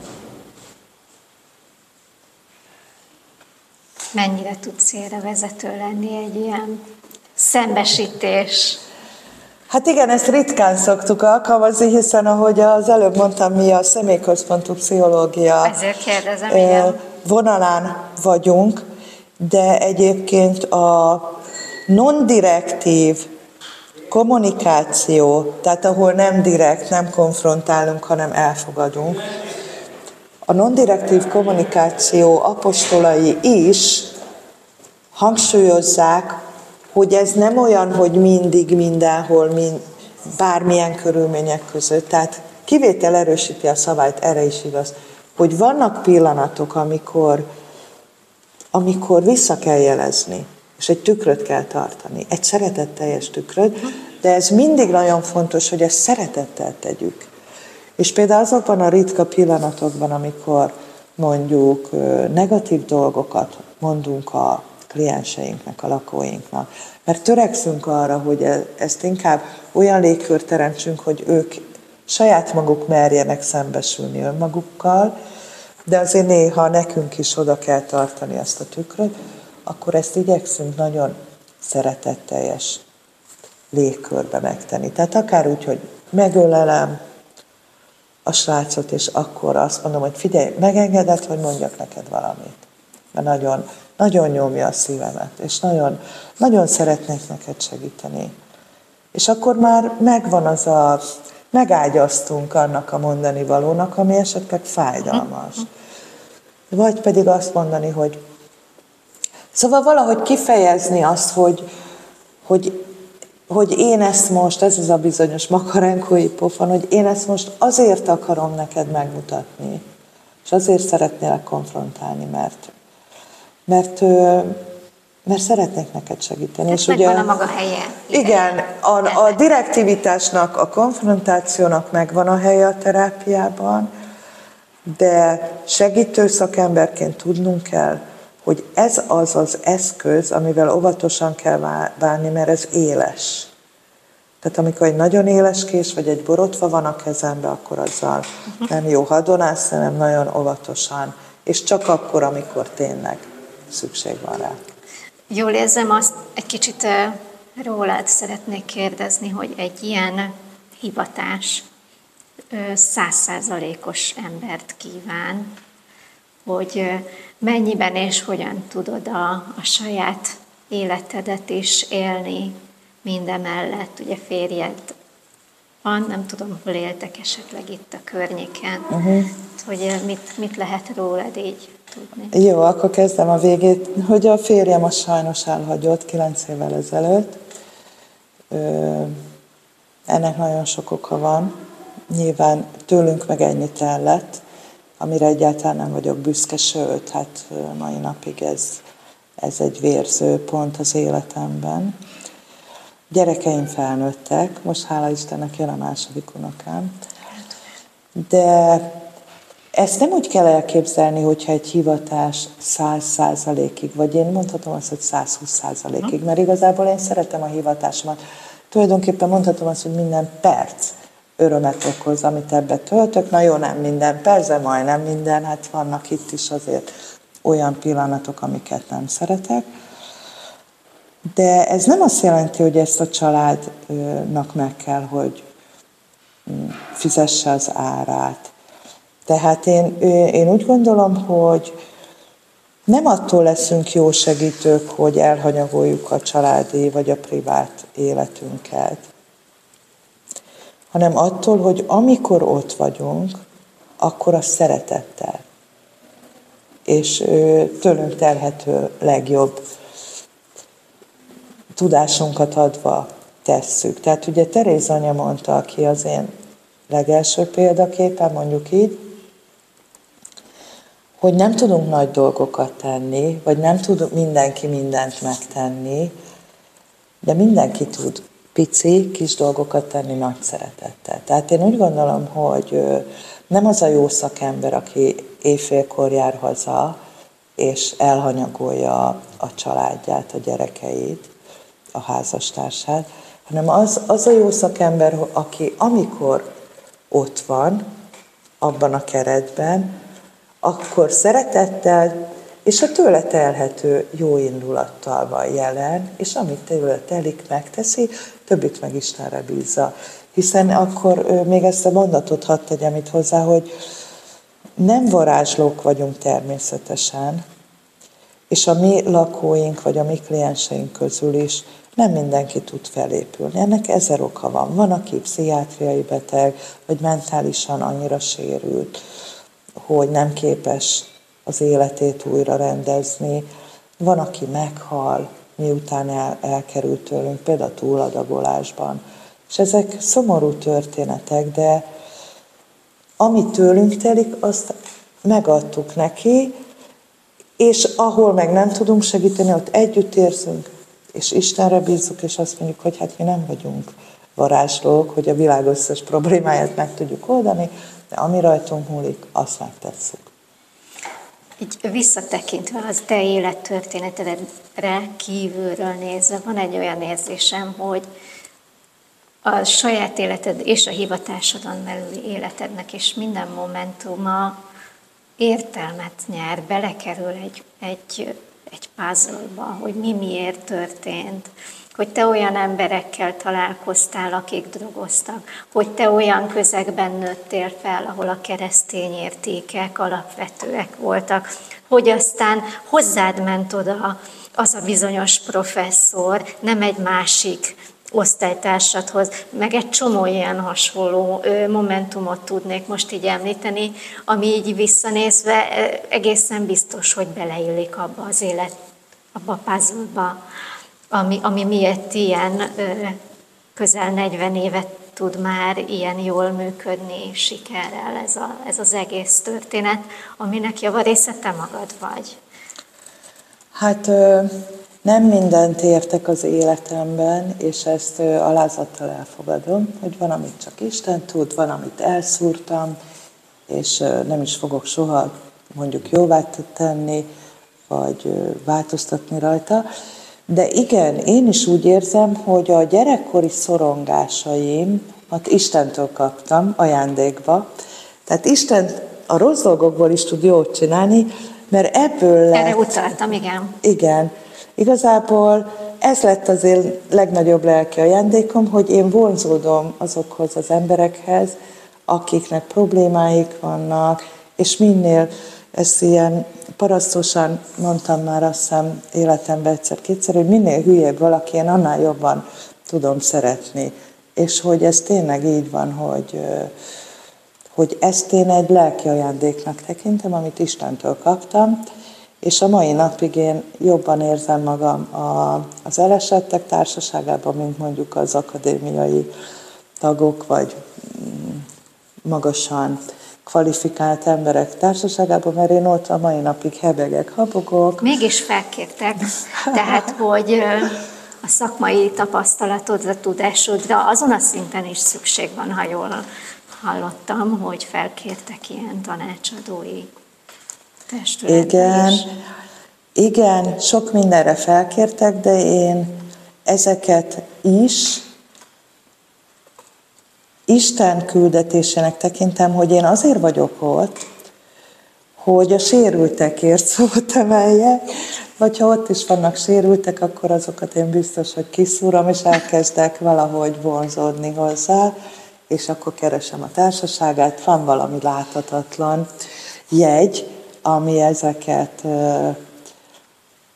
Mennyire tud célra vezető lenni egy ilyen szembesítés? Hát igen, ezt ritkán szoktuk alkalmazni, hiszen ahogy az előbb mondtam, mi a személyközpontú pszichológia Ezért kérdezem, igen. vonalán vagyunk, de egyébként a non-direktív kommunikáció, tehát ahol nem direkt, nem konfrontálunk, hanem elfogadunk, a non-direktív kommunikáció apostolai is hangsúlyozzák, hogy ez nem olyan, hogy mindig, mindenhol, mind, bármilyen körülmények között. Tehát kivétel erősíti a szabályt, erre is igaz, hogy vannak pillanatok, amikor, amikor vissza kell jelezni, és egy tükröt kell tartani, egy szeretetteljes tükröt, de ez mindig nagyon fontos, hogy ezt szeretettel tegyük. És például azokban a ritka pillanatokban, amikor mondjuk negatív dolgokat mondunk a klienseinknek, a lakóinknak, mert törekszünk arra, hogy ezt inkább olyan légkört teremtsünk, hogy ők saját maguk merjenek szembesülni önmagukkal, de azért néha nekünk is oda kell tartani ezt a tükröt, akkor ezt igyekszünk nagyon szeretetteljes légkörbe megtenni. Tehát akár úgy, hogy megölelem a srácot, és akkor azt mondom, hogy figyelj, megengeded, hogy mondjak neked valamit. Mert nagyon, nagyon nyomja a szívemet, és nagyon, nagyon szeretnék neked segíteni. És akkor már megvan az a, megágyaztunk annak a mondani valónak, ami esetleg fájdalmas. Vagy pedig azt mondani, hogy szóval valahogy kifejezni azt, hogy, hogy, hogy én ezt most, ez az a bizonyos makarenkói pofon, hogy én ezt most azért akarom neked megmutatni, és azért szeretnélek konfrontálni, mert, mert, mert szeretnék neked segíteni. Hát és megvan ugye, a maga helye. Igen, a, a direktivitásnak, a konfrontációnak megvan a helye a terápiában, de segítő szakemberként tudnunk kell, hogy ez az az eszköz, amivel óvatosan kell bánni, mert ez éles. Tehát amikor egy nagyon éles kés, vagy egy borotva van a kezembe, akkor azzal nem jó hadonászni, hanem nagyon óvatosan, és csak akkor, amikor tényleg szükség van rá. Jól érzem, azt egy kicsit rólad szeretnék kérdezni, hogy egy ilyen hivatás százszázalékos embert kíván, hogy mennyiben és hogyan tudod a, a saját életedet is élni mindemellett. Ugye férjed van, nem tudom, hol éltek esetleg itt a környéken, uh-huh. hogy mit, mit lehet rólad így tudni. Jó, akkor kezdem a végét, hogy a férjem az sajnos elhagyott kilenc évvel ezelőtt. Ennek nagyon sok oka van. Nyilván tőlünk meg ennyit ellett, amire egyáltalán nem vagyok büszke, sőt, hát mai napig ez, ez egy vérző pont az életemben. Gyerekeim felnőttek, most hála Istennek jön a második unokám, de ezt nem úgy kell elképzelni, hogyha egy hivatás száz százalékig, vagy én mondhatom azt, hogy százhúsz százalékig, mert igazából én szeretem a hivatásomat. Tulajdonképpen mondhatom azt, hogy minden perc örömet okoz, amit ebbe töltök. Na jó, nem minden perc, de majdnem minden, hát vannak itt is azért olyan pillanatok, amiket nem szeretek. De ez nem azt jelenti, hogy ezt a családnak meg kell, hogy fizesse az árát. Tehát én, én úgy gondolom, hogy, Nem attól leszünk jó segítők, hogy elhanyagoljuk a családi vagy a privát életünket, hanem attól, hogy amikor ott vagyunk, akkor a szeretettel és tőlünk telhető legjobb tudásunkat adva tesszük. Tehát ugye Teréz anya mondta, aki az én legelső példaképpen, mondjuk így, hogy nem tudunk nagy dolgokat tenni, vagy nem tud mindenki mindent megtenni, de mindenki tud pici, kis dolgokat tenni nagy szeretettel. Tehát én úgy gondolom, hogy nem az a jó szakember, aki éjfélkor jár haza, és elhanyagolja a családját, a gyerekeit, a házastársát, hanem az, az a jó szakember, aki amikor ott van, abban a keretben, akkor szeretettel és a tőle telhető jó indulattal van jelen, és amit tőle telik, megteszi, többit meg Istenre bízza. Hiszen akkor még ezt a mondatot hadd tegyem itt hozzá, hogy nem varázslók vagyunk természetesen, és a mi lakóink vagy a mi klienseink közül is nem mindenki tud felépülni. Ennek ezer oka van. Van, aki pszichiátriai beteg, vagy mentálisan annyira sérült, hogy nem képes az életét újra rendezni. Van, aki meghal, miután el, elkerült tőlünk, például túladagolásban. És ezek szomorú történetek, de ami tőlünk telik, azt megadtuk neki, és ahol meg nem tudunk segíteni, ott együtt érzünk, és Istenre bízzuk, és azt mondjuk, hogy hát mi nem vagyunk varázslók, hogy a világ összes problémáját meg tudjuk oldani, de ami rajtunk múlik, azt megtesszük. Így visszatekintve az te élettörténetedre kívülről nézve, van egy olyan érzésem, hogy a saját életed és a hivatásodon belüli életednek is minden momentuma értelmet nyer, belekerül egy, egy, egy puzzle-ba, hogy mi miért történt, hogy te olyan emberekkel találkoztál, akik drogoztak, hogy te olyan közegben nőttél fel, ahol a keresztény értékek alapvetőek voltak, hogy aztán hozzád ment oda az a bizonyos professzor, nem egy másik osztálytársadhoz, meg egy csomó ilyen hasonló momentumot tudnék most így említeni, ami így visszanézve egészen biztos, hogy beleillik abba az élet, abba a puzzle-ba, ami, ami miatt ilyen közel negyven évet tud már ilyen jól működni sikerrel ez, a, ez az egész történet, aminek javarésze te magad vagy. Hát nem mindent értek az életemben, és ezt alázattal elfogadom, hogy van, amit csak Isten tud, van, amit elszúrtam, és nem is fogok soha mondjuk jóvá tenni, vagy változtatni rajta. De igen, én is úgy érzem, hogy a gyerekkori szorongásaimat Istentől kaptam ajándékba. Tehát Isten a rossz dolgokból is tud jót csinálni, mert ebből lett... Erre utaltam, igen. Igen. Igazából ez lett az én legnagyobb lelki ajándékom, hogy én vonzódom azokhoz az emberekhez, akiknek problémáik vannak, és minél, ezt ilyen parasztosan mondtam már azt hiszem életemben egyszer-kétszer, hogy minél hülyébb valaki, én annál jobban tudom szeretni. És hogy ez tényleg így van, hogy, hogy ezt én egy lelki ajándéknak tekintem, amit Istentől kaptam, és a mai napig én jobban érzem magam a, az elesettek társaságában, mint mondjuk az akadémiai tagok, vagy magasan kvalifikált emberek társaságában, mert én ott a mai napig hebegek, habogok. Mégis felkértek, tehát, hogy a szakmai tapasztalatodra, tudásodra azon a szinten is szükség van, ha jól hallottam, hogy felkértek ilyen tanácsadói testületbe. Igen, is. igen, sok mindenre felkértek, de én ezeket is Isten küldetésének tekintem, hogy én azért vagyok ott, hogy a sérültekért szót emeljek, vagy ha ott is vannak sérültek, akkor azokat én biztos, hogy kiszúrom, és elkezdek valahogy vonzódni hozzá, és akkor keresem a társaságát, van valami láthatatlan jegy, ami ezeket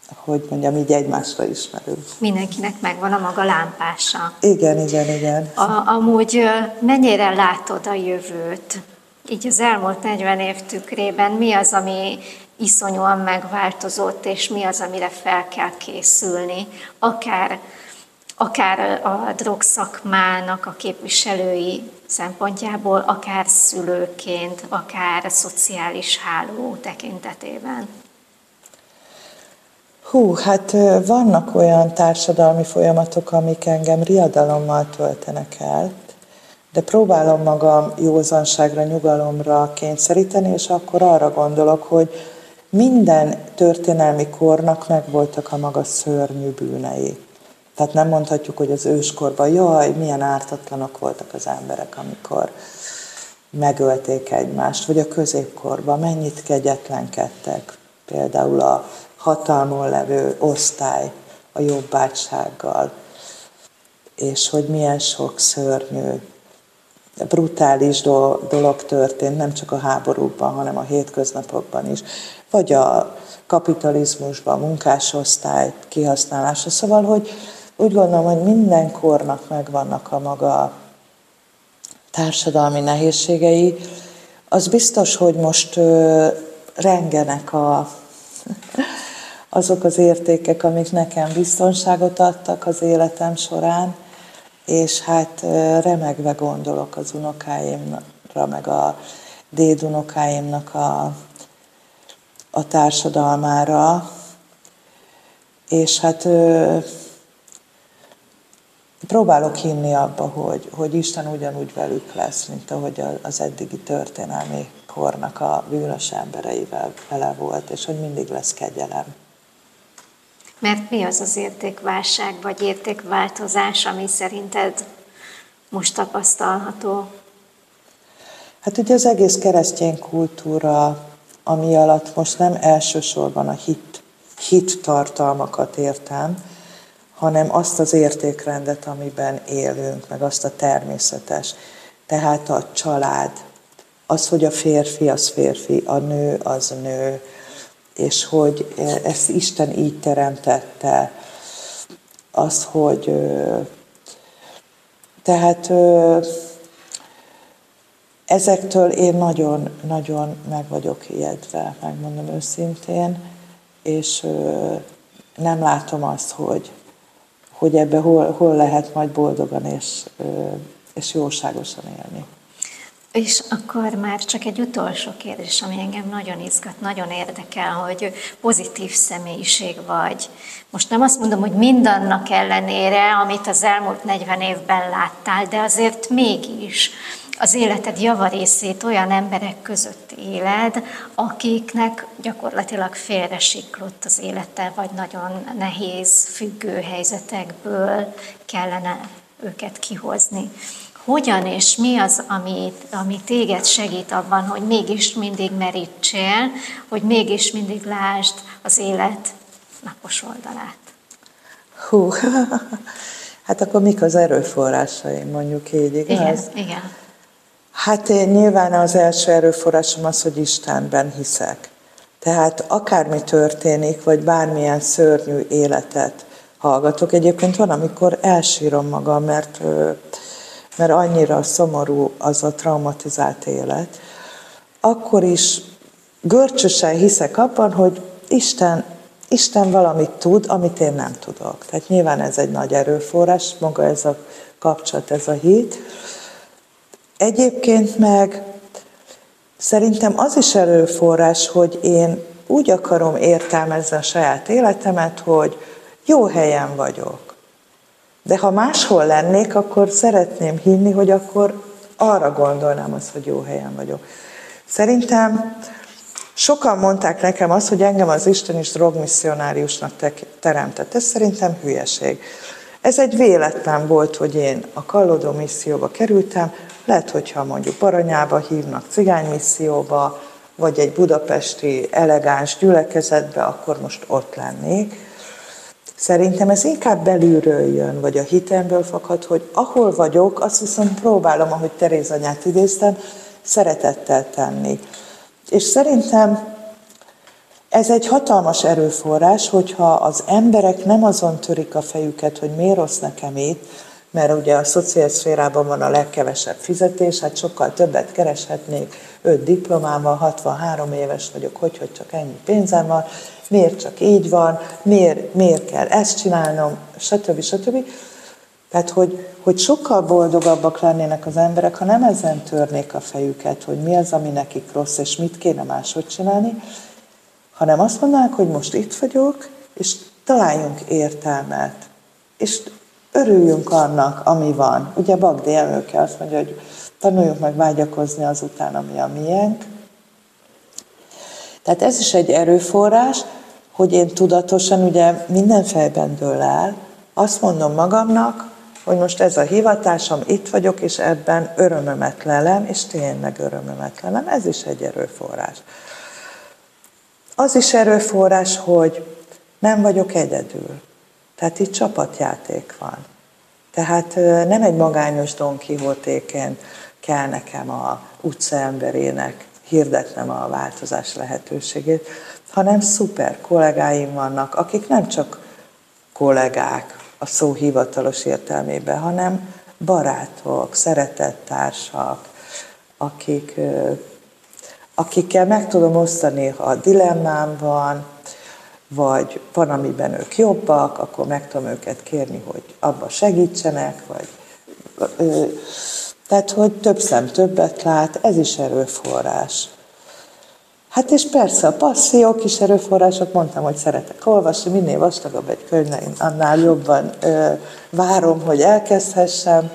hogy mondjam, így egymásra ismerünk. Mindenkinek megvan a maga lámpása. Igen, igen, igen. A, amúgy mennyire látod a jövőt? Így az elmúlt negyven év tükrében mi az, ami iszonyúan megváltozott, és mi az, amire fel kell készülni? Akár, akár a drogszakmának a képviselői szempontjából, akár szülőként, akár a szociális háló tekintetében. Hú, hát vannak olyan társadalmi folyamatok, amik engem riadalommal töltenek el, de próbálom magam józanságra, nyugalomra kényszeríteni, és akkor arra gondolok, hogy minden történelmi kornak megvoltak a maga szörnyű bűnei. Tehát nem mondhatjuk, hogy az őskorban, jaj, milyen ártatlanok voltak az emberek, amikor megölték egymást, vagy a középkorban mennyit kegyetlenkedtek, például a hatalmon levő osztály a jobbágysággal, és hogy milyen sok szörnyű, brutális dolog történt, nem csak a háborúkban, hanem a hétköznapokban is, vagy a kapitalizmusban, a munkásosztály kihasználása. Szóval, hogy úgy gondolom, hogy minden kornak megvannak a maga társadalmi nehézségei. Az biztos, hogy most ö, rengenek a, azok az értékek, amik nekem biztonságot adtak az életem során, és hát remegve gondolok az unokáimra, meg a dédunokáimnak a, a társadalmára, és hát ö, próbálok hinni abba, hogy, hogy Isten ugyanúgy velük lesz, mint ahogy az eddigi történelmi kornak a bűnös embereivel vele volt, és hogy mindig lesz kegyelem. Mert mi az az értékválság, vagy értékváltozás, ami szerinted most tapasztalható? Hát ugye az egész keresztény kultúra, ami alatt most nem elsősorban a hit, hit tartalmakat értem, hanem azt az értékrendet, amiben élünk, meg azt a természetes. Tehát a család, az, hogy a férfi az férfi, a nő az nő, és hogy ezt Isten így teremtette, az, hogy tehát ezektől én nagyon-nagyon meg vagyok ijedve, megmondom őszintén, és nem látom azt, hogy, hogy ebbe hol, hol lehet majd boldogan és, és jóságosan élni. És akkor már csak egy utolsó kérdés, ami engem nagyon izgat, nagyon érdekel, hogy pozitív személyiség vagy. Most nem azt mondom, hogy mindannak ellenére, amit az elmúlt negyven évben láttál, de azért mégis az életed javarészét olyan emberek között éled, akiknek gyakorlatilag félresiklott az élete, vagy nagyon nehéz, függő helyzetekből kellene őket kihozni. Hogyan és mi az, ami, ami téged segít abban, hogy mégis mindig merítsél, hogy mégis mindig lásd az élet napos oldalát? Hú, hát akkor mik az erőforrásaim, mondjuk így, igaz? Igen, igen. Hát én nyilván az első erőforrásom az, hogy Istenben hiszek. Tehát akármi történik, vagy bármilyen szörnyű életet hallgatok. Egyébként van, amikor elsírom magam, mert... mert annyira szomorú az a traumatizált élet, akkor is görcsösen hiszek abban, hogy Isten, Isten valamit tud, amit én nem tudok. Tehát nyilván ez egy nagy erőforrás, maga ez a kapcsolat, ez a hit. Egyébként meg szerintem az is erőforrás, hogy én úgy akarom értelmezni a saját életemet, hogy jó helyen vagyok. De ha máshol lennék, akkor szeretném hinni, hogy akkor arra gondolnám azt, hogy jó helyen vagyok. Szerintem sokan mondták nekem azt, hogy engem az Isten is drogmisszionáriusnak teremtett. Ez szerintem hülyeség. Ez egy véletlen volt, hogy én a Kallódó misszióba kerültem. Lehet, hogyha mondjuk Baranyába hívnak cigánymisszióba, vagy egy budapesti elegáns gyülekezetbe, akkor most ott lennék. Szerintem ez inkább belülről jön, vagy a hitemből fakad, hogy ahol vagyok, azt viszont próbálom, ahogy Teréz anyát idéztem, szeretettel tenni. És szerintem Ez egy hatalmas erőforrás, hogyha az emberek nem azon törik a fejüket, hogy miért rossz nekem itt, mert ugye a szociális szférában van a legkevesebb fizetés, hát sokkal többet kereshetnék, öt diplomával, hatvanhárom éves vagyok, hogy, hogy csak ennyi pénzem van, miért csak így van, miért, miért kell ezt csinálnom, stb. stb. Tehát, hogy, hogy sokkal boldogabbak lennének az emberek, ha nem ezen törnék a fejüket, hogy mi az, ami nekik rossz, és mit kéne máshogy csinálni, hanem azt mondanák, hogy most itt vagyok, és találjunk értelmet, és örüljünk annak, ami van. Ugye Bagdi elnöke azt mondja, hogy tanuljuk meg vágyakozni azután, ami a miénk. Tehát ez is egy erőforrás, hogy én tudatosan, ugye minden fejben dől el, azt mondom magamnak, hogy most ez a hivatásom, itt vagyok, és ebben örömömet lelem, és tényleg örömömet lelem. Ez is egy erőforrás. Az is erőforrás, hogy nem vagyok egyedül. Tehát itt csapatjáték van. Tehát nem egy magányos Don Quixote-ként kell nekem a utcaemberének hirdetnem a változás lehetőségét, hanem szuper kollégáim vannak, akik nem csak kollégák a szó hivatalos értelmében, hanem barátok, szeretettársak, akik, akikkel meg tudom osztani, ha a dilemmám van, vagy van, amiben ők jobbak, akkor meg tudom őket kérni, hogy abba segítsenek, vagy... Tehát, hogy több szem többet lát, ez is erőforrás. Hát és persze a passziók is erőforrások, mondtam, hogy szeretek olvasni, minél vastagabb egy könyv, annál jobban ö, várom, hogy elkezdhessem.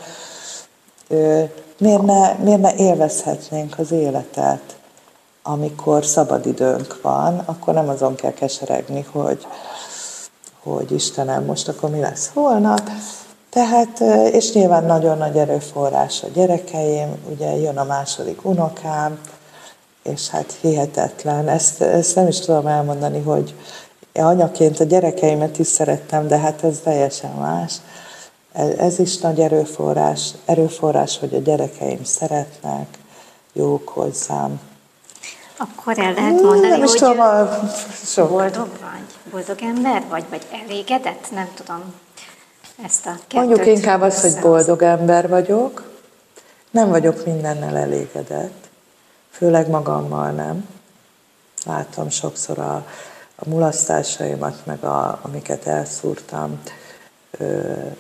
Ö, miért, ne, miért ne élvezhetnénk az életet? Amikor szabadidőnk van, akkor nem azon kell keseregni, hogy, hogy Istenem, most akkor mi lesz holnap. Tehát, és nyilván nagyon nagy erőforrás a gyerekeim, ugye jön a második unokám, és hát hihetetlen. Ezt, ezt nem is tudom elmondani, hogy anyaként a gyerekeimet is szerettem, de hát ez teljesen más. Ez is nagy erőforrás, erőforrás, hogy a gyerekeim szeretnek, jók hozzám. Akkor el lehet mondani, nem hogy tudom, a... boldog vagy? Boldog ember vagy? Vagy elégedett? Nem tudom ezt a kettőt. Mondjuk inkább az, hogy összehozni. boldog ember vagyok. Nem vagyok mindennel elégedett. Főleg magammal nem. Látom sokszor a, a mulasztásaimat, meg a, amiket elszúrtam, ö,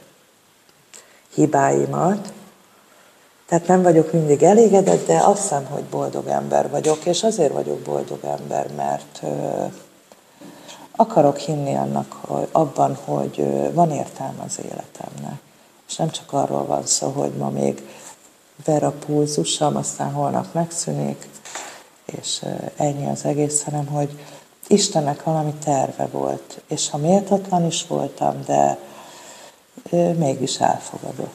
hibáimat. Tehát nem vagyok mindig elégedett, de azt hiszem, hogy boldog ember vagyok, és azért vagyok boldog ember, mert ö, akarok hinni annak, hogy, abban, hogy ö, van értelme az életemnek. És nem csak arról van szó, hogy ma még ver a pulzusom, aztán holnap megszűnik, és ö, ennyi az egész, hanem hogy Istennek valami terve volt, és ha méltatlan is voltam, de ö, mégis elfogadott.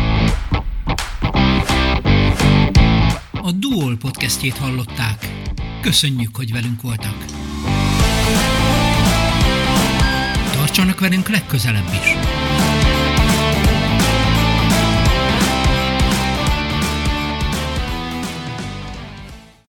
A Duol podcastjét hallották. Köszönjük, hogy velünk voltak. Tartsanak velünk legközelebb is!